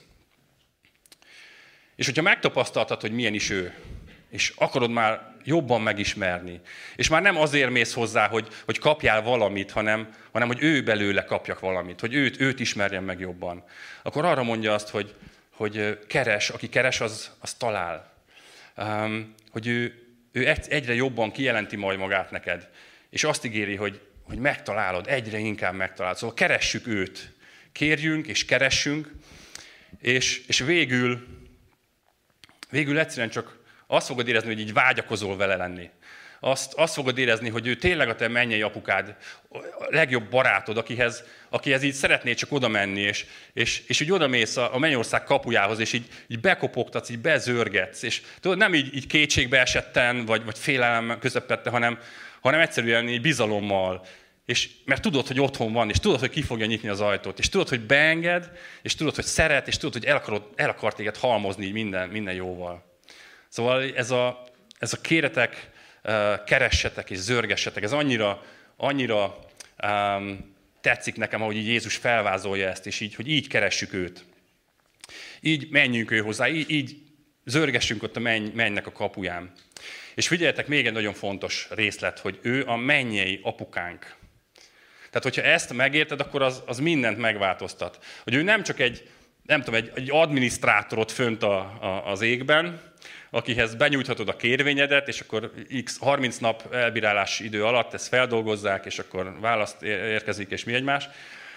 És hogyha megtapasztaltad, hogy milyen is ő, és akarod már jobban megismerni, és már nem azért mész hozzá, hogy kapjál valamit, hanem hogy ő belőle kapjak valamit, hogy őt ismerjen meg jobban, akkor arra mondja azt, hogy keres, aki keres, az talál. Hogy ő egyre jobban kijelenti majd magát neked, és azt ígéri, hogy megtalálod, egyre inkább megtalálod. Szóval keressük őt. Kérjünk és keressünk, és végül egyszerűen csak azt fogod érezni, hogy így vágyakozol vele lenni. Azt fogod érezni, hogy ő tényleg a te mennyei apukád, a legjobb barátod, akihez így szeretnél csak oda menni, és úgy odamész a mennyország kapujához, és így bekopogtatsz, így bezörgetsz, és tudod, nem így kétségbe esetten, vagy félelem közepette, hanem egyszerűen így bizalommal, mert tudod, hogy otthon van, és tudod, hogy ki fogja nyitni az ajtót, és tudod, hogy beenged, és tudod, hogy szeret, és tudod, hogy el akar téged halmozni minden jóval. Szóval ez a kéretek, keressetek és zörgessetek, ez annyira tetszik nekem, ahogy így Jézus felvázolja ezt, és így, hogy így keressük őt. Így menjünk ő hozzá, így zörgessünk ott a mennynek a kapuján. És figyeljetek, még egy nagyon fontos részlet, hogy ő a mennyei apukánk. Tehát, hogyha ezt megérted, akkor az mindent megváltoztat. Hogy ő nem csak egy adminisztrátorot fönt az égben, akihez benyújthatod a kérvényedet, és akkor 30 nap elbírálás idő alatt ezt feldolgozzák, és akkor választ érkezik, és mi egymás.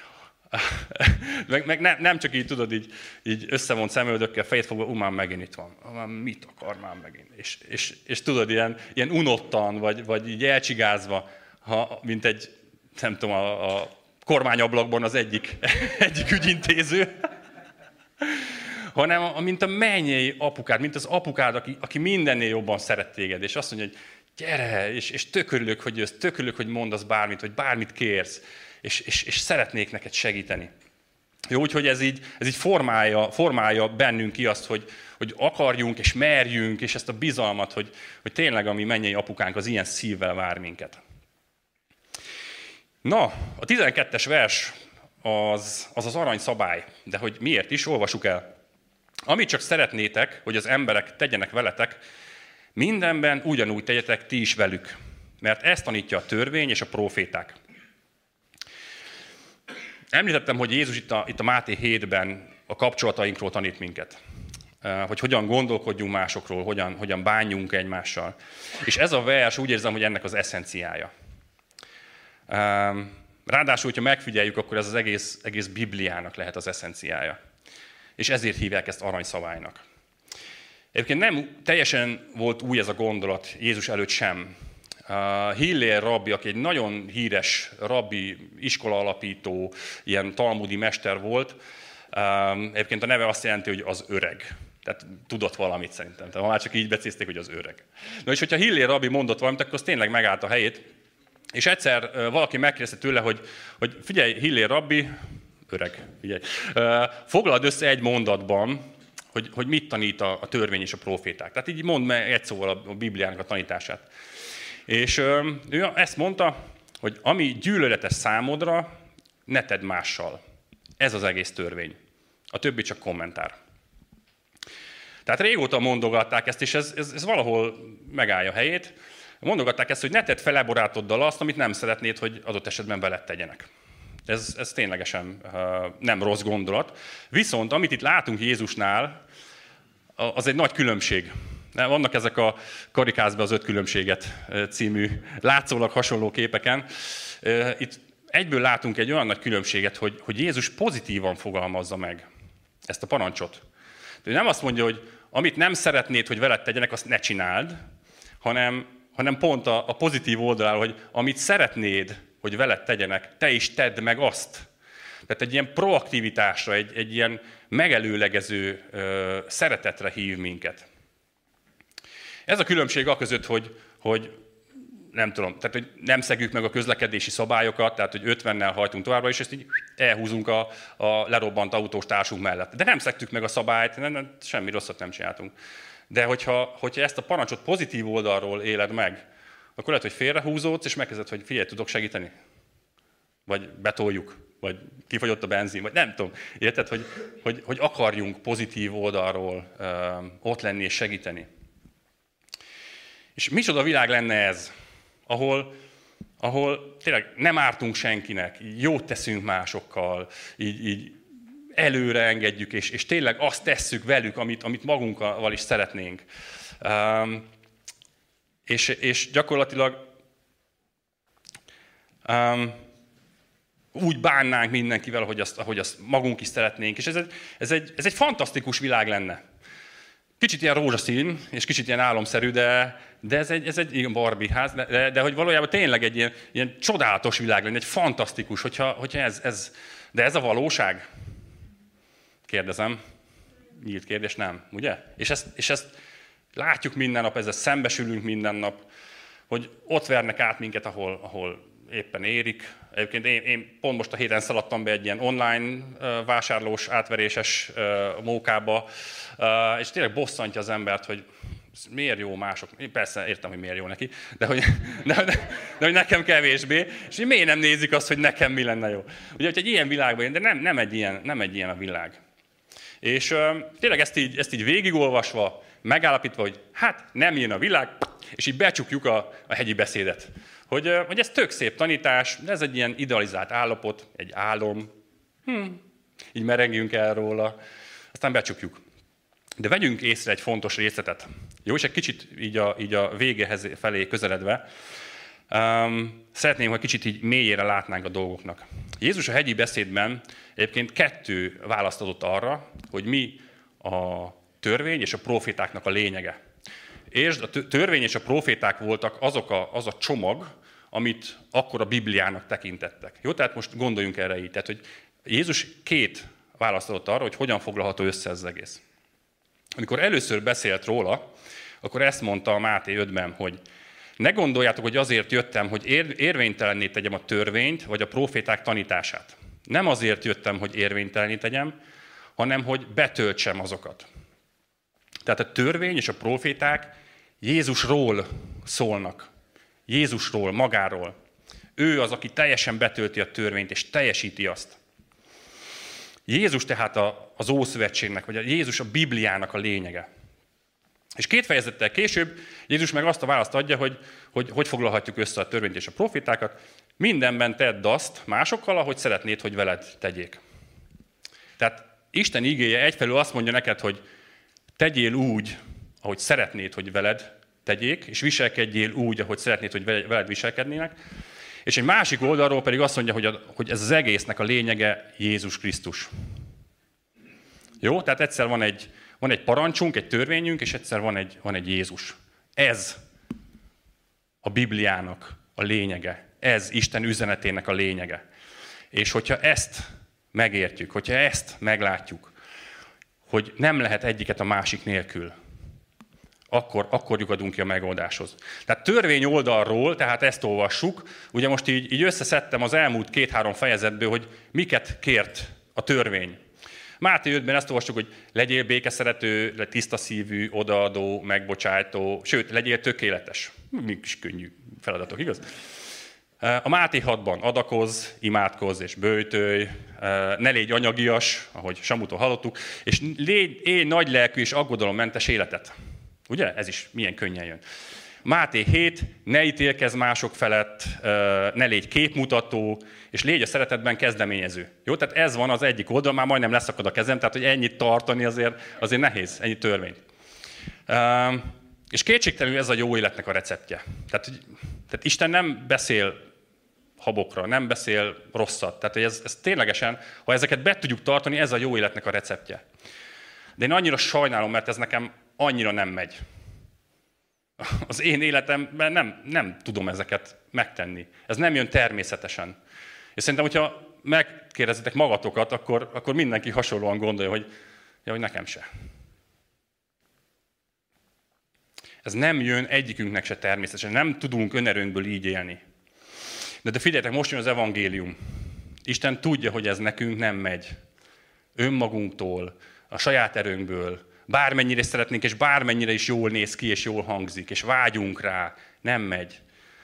Nem csak így tudod, így összevont szemöldökkel, fejét fogva, már megint itt van. Mit akar már megint? És tudod, ilyen unottan, vagy így elcsigázva, mint egy, nem tudom, a kormányablakban az egyik ügyintéző, hanem mint a mennyei apukád, mint az apukád, aki mindennél jobban szeret téged, és azt mondja, hogy gyere, és tök örülök, hogy jössz, tök örülök, hogy mondasz bármit, hogy bármit kérsz, és szeretnék neked segíteni. Jó, úgyhogy ez így formálja bennünk ki azt, hogy akarjunk és merjünk, és ezt a bizalmat, hogy tényleg a mi mennyei apukánk az ilyen szívvel vár minket. Na, a 12-es vers az aranyszabály, de hogy miért is, olvassuk el. Amit csak szeretnétek, hogy az emberek tegyenek veletek, mindenben ugyanúgy tegyetek ti is velük, mert ezt tanítja a törvény és a próféták. Említettem, hogy Jézus itt a Máté 7-ben a kapcsolatainkról tanít minket. Hogy hogyan gondolkodjunk másokról, hogyan bánjunk egymással. És ez a vers úgy érzem, hogy ennek az eszenciája. Ráadásul, hogyha megfigyeljük, akkor ez az egész Bibliának lehet az eszenciája. És ezért hívják ezt aranyszabálynak. Egyébként nem teljesen volt új ez a gondolat Jézus előtt sem. Hillel rabbi, aki egy nagyon híres rabbi, iskola-alapító, ilyen talmudi mester volt, egyébként a neve azt jelenti, hogy az öreg. Tehát tudott valamit szerintem. Tehát már csak így becézték, hogy az öreg. Na és hogyha Hillel rabbi mondott valamit, akkor az tényleg megállt a helyét. És egyszer valaki megkérdezte tőle, hogy figyelj, Hillel rabbi, öreg, figyelj, foglald össze egy mondatban, hogy mit tanít a törvény és a próféták. Tehát így mondd meg egy szóval a Bibliának a tanítását. És ő ezt mondta, hogy ami gyűlöletes számodra, ne tedd mással. Ez az egész törvény. A többi csak kommentár. Tehát régóta mondogatták ezt, és ez valahol megállja a helyét. Mondogatták ezt, hogy ne tedd fel barátoddal azt, amit nem szeretnéd, hogy adott esetben veled tegyenek. Ez ténylegesen nem rossz gondolat. Viszont amit itt látunk Jézusnál, az egy nagy különbség. Vannak ezek a Karikázz be az 5 különbséget című látszólag hasonló képeken. Itt egyből látunk egy olyan nagy különbséget, hogy Jézus pozitívan fogalmazza meg ezt a parancsot. Ő nem azt mondja, hogy amit nem szeretnéd, hogy veled tegyenek, azt ne csináld, hanem pont a pozitív oldaláról, hogy amit szeretnéd, hogy veled tegyenek, te is tedd meg azt. Tehát egy ilyen proaktivitásra, egy ilyen megelőlegező szeretetre hív minket. Ez a különbség aközött, hogy nem tudom, tehát hogy nem szegjük meg a közlekedési szabályokat, tehát hogy 50-nel hajtunk továbbra, és ezt így elhúzunk a lerobbant autós társunk mellett. De nem szegtük meg a szabályt, semmi rosszat nem csináltunk. De hogyha ezt a parancsot pozitív oldalról éled meg, akkor lehet, hogy félrehúzódsz, és megkezded, hogy figyelj, tudok segíteni? Vagy betoljuk? Vagy kifogyott a benzin? Vagy nem tudom. Érted, hogy akarjunk pozitív oldalról ott lenni és segíteni. És micsoda világ lenne ez, ahol tényleg nem ártunk senkinek, jót teszünk másokkal, így előre engedjük, és tényleg azt tesszük velük, amit magunkkal is szeretnénk. És gyakorlatilag úgy bánnánk mindenkivel, ahogy azt magunk is szeretnénk. És ez egy fantasztikus világ lenne. Kicsit ilyen rózsaszín, és kicsit ilyen álomszerű, de ez egy ilyen Barbie ház, de hogy valójában tényleg egy ilyen csodálatos világ lenne, egy fantasztikus, hogyha ez. De ez a valóság? Kérdezem. Nyílt kérdés, nem, ugye? És ezt látjuk minden nap, ezzel szembesülünk minden nap, hogy ott vernek át minket, ahol éppen érik. Egyébként én pont most a héten szaladtam be egy ilyen online vásárlós, átveréses mókába, és tényleg bosszantja az embert, hogy miért jó mások. Én persze értem, hogy miért jó neki, de hogy nekem kevésbé, és hogy miért nem nézik azt, hogy nekem mi lenne jó. Ugye, hogy egy ilyen világban jön, de nem egy ilyen a világ. És tényleg ezt így végigolvasva, megállapítva, hogy hát nem jön a világ, és így becsukjuk a hegyi beszédet. Hogy ez tök szép tanítás, de ez egy ilyen idealizált állapot, egy álom. Így merengjünk el róla, aztán becsukjuk. De vegyünk észre egy fontos részletet. Jó, és egy kicsit így a végehez felé közeledve, szeretném, hogy kicsit így mélyére látnánk a dolgoknak. Jézus a hegyi beszédben egyébként 2 választ adott arra, hogy mi a törvény és a prófétáknak a lényege. És a törvény és a próféták voltak az a csomag, amit akkor a Bibliának tekintettek. Jó, tehát most gondoljunk erre így. Tehát, hogy Jézus 2 választ adott arra, hogy hogyan foglalható össze ez az egész. Amikor először beszélt róla, akkor ezt mondta a Máté 5-ben, hogy ne gondoljátok, hogy azért jöttem, hogy érvénytelenné tegyem a törvényt, vagy a próféták tanítását. Nem azért jöttem, hogy érvénytelenné tegyem, hanem hogy betöltsem azokat. Tehát a törvény és a proféták Jézusról szólnak. Jézusról, magáról. Ő az, aki teljesen betölti a törvényt, és teljesíti azt. Jézus tehát az Ószövetségnek, vagy Jézus a Bibliának a lényege. És 2 fejezettel később Jézus meg azt a választ adja, hogy foglalhatjuk össze a törvényt és a profétákat. Mindenben tedd azt másokkal, ahogy szeretnéd, hogy veled tegyék. Tehát Isten igéje egyfelől azt mondja neked, hogy tegyél úgy, ahogy szeretnéd, hogy veled tegyék, és viselkedjél úgy, ahogy szeretnéd, hogy veled viselkednének. És egy másik oldalról pedig azt mondja, hogy ez az egésznek a lényege Jézus Krisztus. Jó? Tehát egyszer van egy parancsunk, egy törvényünk, és egyszer van egy Jézus. Ez a Bibliának a lényege. Ez Isten üzenetének a lényege. És hogyha ezt megértjük, hogyha ezt meglátjuk, hogy nem lehet egyiket a másik nélkül, akkor lyukadunk ki a megoldáshoz. Tehát törvény oldalról, tehát ezt olvassuk, ugye most így összeszedtem az elmúlt 2-3 fejezetből, hogy miket kért a törvény. Máté 5-ben ezt olvassuk, hogy legyél békeszerető, tiszta szívű, odaadó, megbocsájtó, sőt, legyél tökéletes. Mik is könnyű feladatok, igaz? A Máté 6-ban adakozz, imádkozz és böjtölj, ne légy anyagias, ahogy Samutól hallottuk, és élj nagylelkű és aggodalommentes életet. Ugye? Ez is milyen könnyen jön. Máté 7, ne ítélkezz mások felett, ne légy képmutató, és légy a szeretetben kezdeményező. Jó? Tehát ez van az egyik oldal, már majdnem leszakad a kezem, tehát hogy ennyit tartani azért nehéz, ennyi törvény. És kétségtelenül ez a jó életnek a receptje. Tehát Isten nem beszél habokra, nem beszél rosszat. Tehát ez ténylegesen, ha ezeket be tudjuk tartani, ez a jó életnek a receptje. De én annyira sajnálom, mert ez nekem annyira nem megy. Az én életemben nem tudom ezeket megtenni. Ez nem jön természetesen. És szerintem, hogyha megkérdezitek magatokat, akkor mindenki hasonlóan gondolja, hogy nekem se. Ez nem jön egyikünknek se természetesen. Nem tudunk önerőnkből így élni. De figyeljetek, most jön az evangélium. Isten tudja, hogy ez nekünk nem megy. Önmagunktól, a saját erőnkből, bármennyire szeretnénk, és bármennyire is jól néz ki, és jól hangzik, és vágyunk rá, nem megy.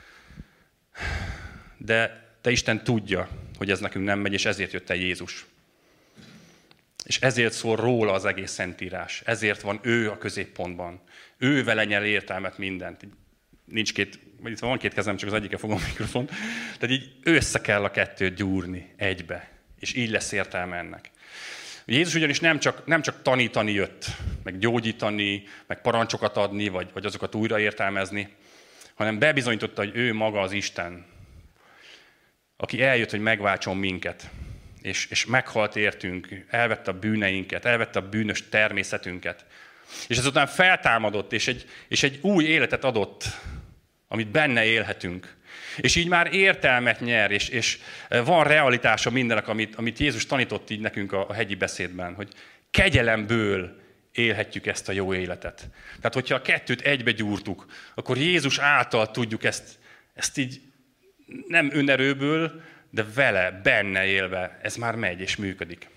De Isten tudja, hogy ez nekünk nem megy, és ezért jött el Jézus. És ezért szól róla az egész Szentírás. Ezért van ő a középpontban. Ő vele nyer értelmet mindent. Itt van 2 kezem, csak az egyikkel fogom a mikrofont. Tehát így össze kell a kettőt gyúrni egybe. És így lesz értelme ennek. Jézus ugyanis nem csak tanítani jött, meg gyógyítani, meg parancsokat adni, vagy azokat újra értelmezni, hanem bebizonyította, hogy ő maga az Isten, aki eljött, hogy megváltson minket, és meghalt értünk, elvette a bűneinket, elvette a bűnös természetünket. És ezután feltámadott, és egy új életet adott, amit benne élhetünk. És így már értelmet nyer, és van realitása mindennek, amit Jézus tanított így nekünk a hegyi beszédben, hogy kegyelemből élhetjük ezt a jó életet. Tehát, hogyha a kettőt egybe gyúrtuk, akkor Jézus által tudjuk ezt így nem önerőből, de vele, benne élve, ez már megy és működik.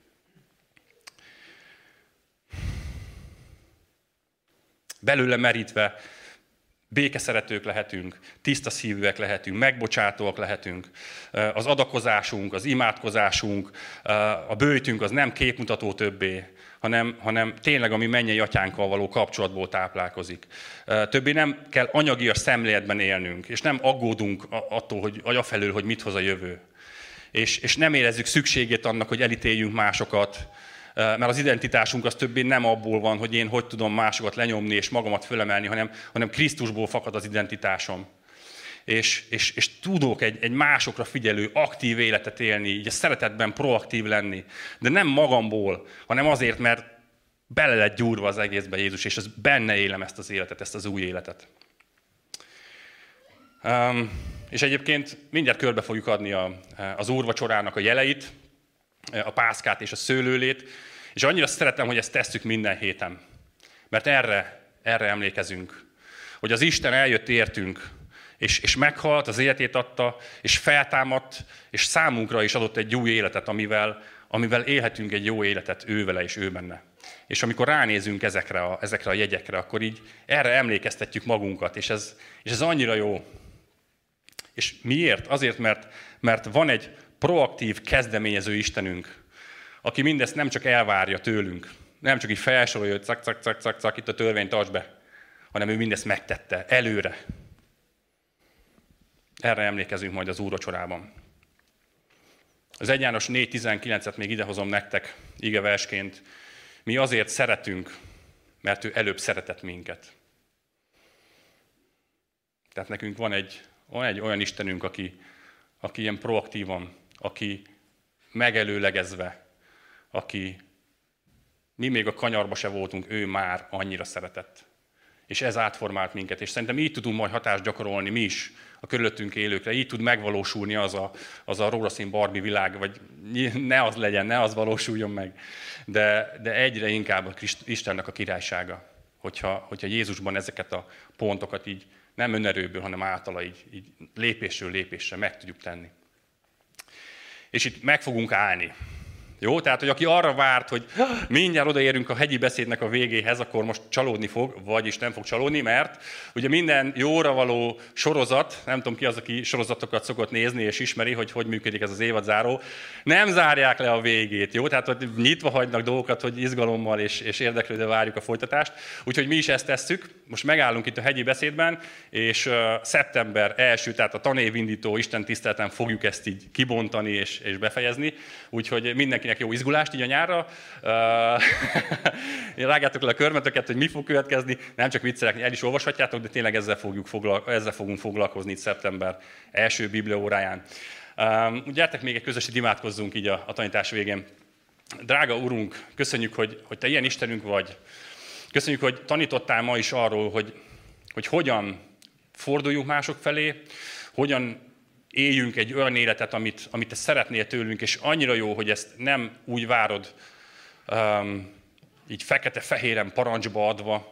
Belőle merítve békeszeretők lehetünk, tiszta szívűek lehetünk, megbocsátóak lehetünk. Az adakozásunk, az imádkozásunk, a böjtünk az nem képmutató többé, hanem tényleg a mi mennyei atyánkkal való kapcsolatból táplálkozik. Többé nem kell anyagias szemléletben élnünk, és nem aggódunk attól, hogy afelől, hogy mit hoz a jövő. És nem érezzük szükségét annak, hogy elítéljünk másokat, mert az identitásunk az többé nem abból van, hogy én hogy tudom másokat lenyomni és magamat fölemelni, hanem Krisztusból fakad az identitásom. És tudok egy másokra figyelő, aktív életet élni, így a szeretetben proaktív lenni. De nem magamból, hanem azért, mert bele lett gyúrva az egészbe Jézus, és ez benne élem ezt az életet, ezt az új életet. És egyébként mindjárt körbe fogjuk adni az úrvacsorának a jeleit, a pászkát és a szőlőlét, és annyira szeretem, hogy ezt tesszük minden héten. Mert erre emlékezünk, hogy az Isten eljött értünk, és meghalt, az életét adta, és feltámadt, és számunkra is adott egy új életet, amivel élhetünk egy jó életet ővele és ő benne. És amikor ránézünk ezekre a jegyekre, akkor így erre emlékeztetjük magunkat, és ez annyira jó. És miért? Azért, mert van egy proaktív, kezdeményező Istenünk, aki mindezt nem csak elvárja tőlünk, nem csak így felsorolja, hogy cak, cak, cak, cak, cak, itt a törvényt tartsd be, hanem ő mindezt megtette előre. Erre emlékezünk majd az úrvacsorában. Az 1 János 4.19-et még idehozom nektek igeversként. Mi azért szeretünk, mert ő előbb szeretett minket. Tehát nekünk van egy olyan Istenünk, aki ilyen proaktívan, aki megelőlegezve, mi még a kanyarba se voltunk, ő már annyira szeretett. És ez átformált minket, és szerintem így tudunk majd hatást gyakorolni mi is a körülöttünk élőkre, így tud megvalósulni az a rózsaszín Barbie világ, vagy ne az legyen, ne az valósuljon meg, de egyre inkább a Istennek a királysága, hogyha Jézusban ezeket a pontokat így nem önerőből, hanem általa így lépésről lépésre meg tudjuk tenni. És itt meg fogunk állni. Jó? Tehát, hogy aki arra várt, hogy mindjárt odaérünk a hegyi beszédnek a végéhez, akkor most csalódni fog, vagyis nem fog csalódni, mert ugye minden jóra való sorozat, nem tudom ki az, aki sorozatokat szokott nézni és ismeri, hogy működik ez az évadzáró, nem zárják le a végét, jó? Tehát, hogy nyitva hagynak dolgokat, hogy izgalommal és érdeklődve várjuk a folytatást. Úgyhogy mi is ezt tesszük. Most megállunk itt a hegyi beszédben, és szeptember 1, tehát a tanévindító Isten tiszteleten fogjuk ezt így kibontani és befejezni. Úgyhogy mindenkinek jó izgulást így a nyárra. Rágjátok le a körmetöket, hogy mi fog következni. Nem csak viccelek, el is olvashatjátok, de tényleg ezzel fogunk foglalkozni itt szeptember első bibliaóráján. Gyertek még egy közösen imádkozzunk így a tanítás végén. Drága Urunk, köszönjük, hogy Te ilyen Istenünk vagy. Köszönjük, hogy tanítottál ma is arról, hogy hogyan forduljunk mások felé, hogyan éljünk egy olyan életet, amit Te szeretnél tőlünk, és annyira jó, hogy ezt nem úgy várod, így fekete-fehéren parancsba adva,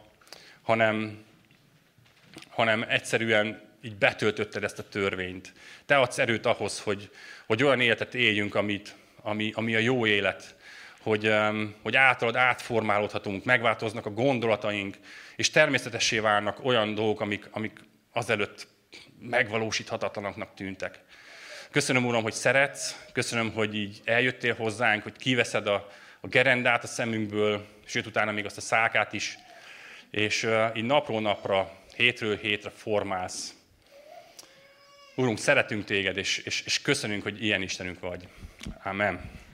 hanem egyszerűen így betöltötted ezt a törvényt. Te adsz erőt ahhoz, hogy olyan életet éljünk, ami a jó élet, hogy általad átformálódhatunk, megváltoznak a gondolataink, és természetessé válnak olyan dolgok, amik azelőtt megvalósíthatatlanaknak tűntek. Köszönöm, Uram, hogy szeretsz, köszönöm, hogy így eljöttél hozzánk, hogy kiveszed a gerendát a szemünkből, sőt, utána még azt a szálkát is, és így napról napra, hétről hétre formálsz. Urunk, szeretünk téged, és köszönünk, hogy ilyen Istenünk vagy. Amen.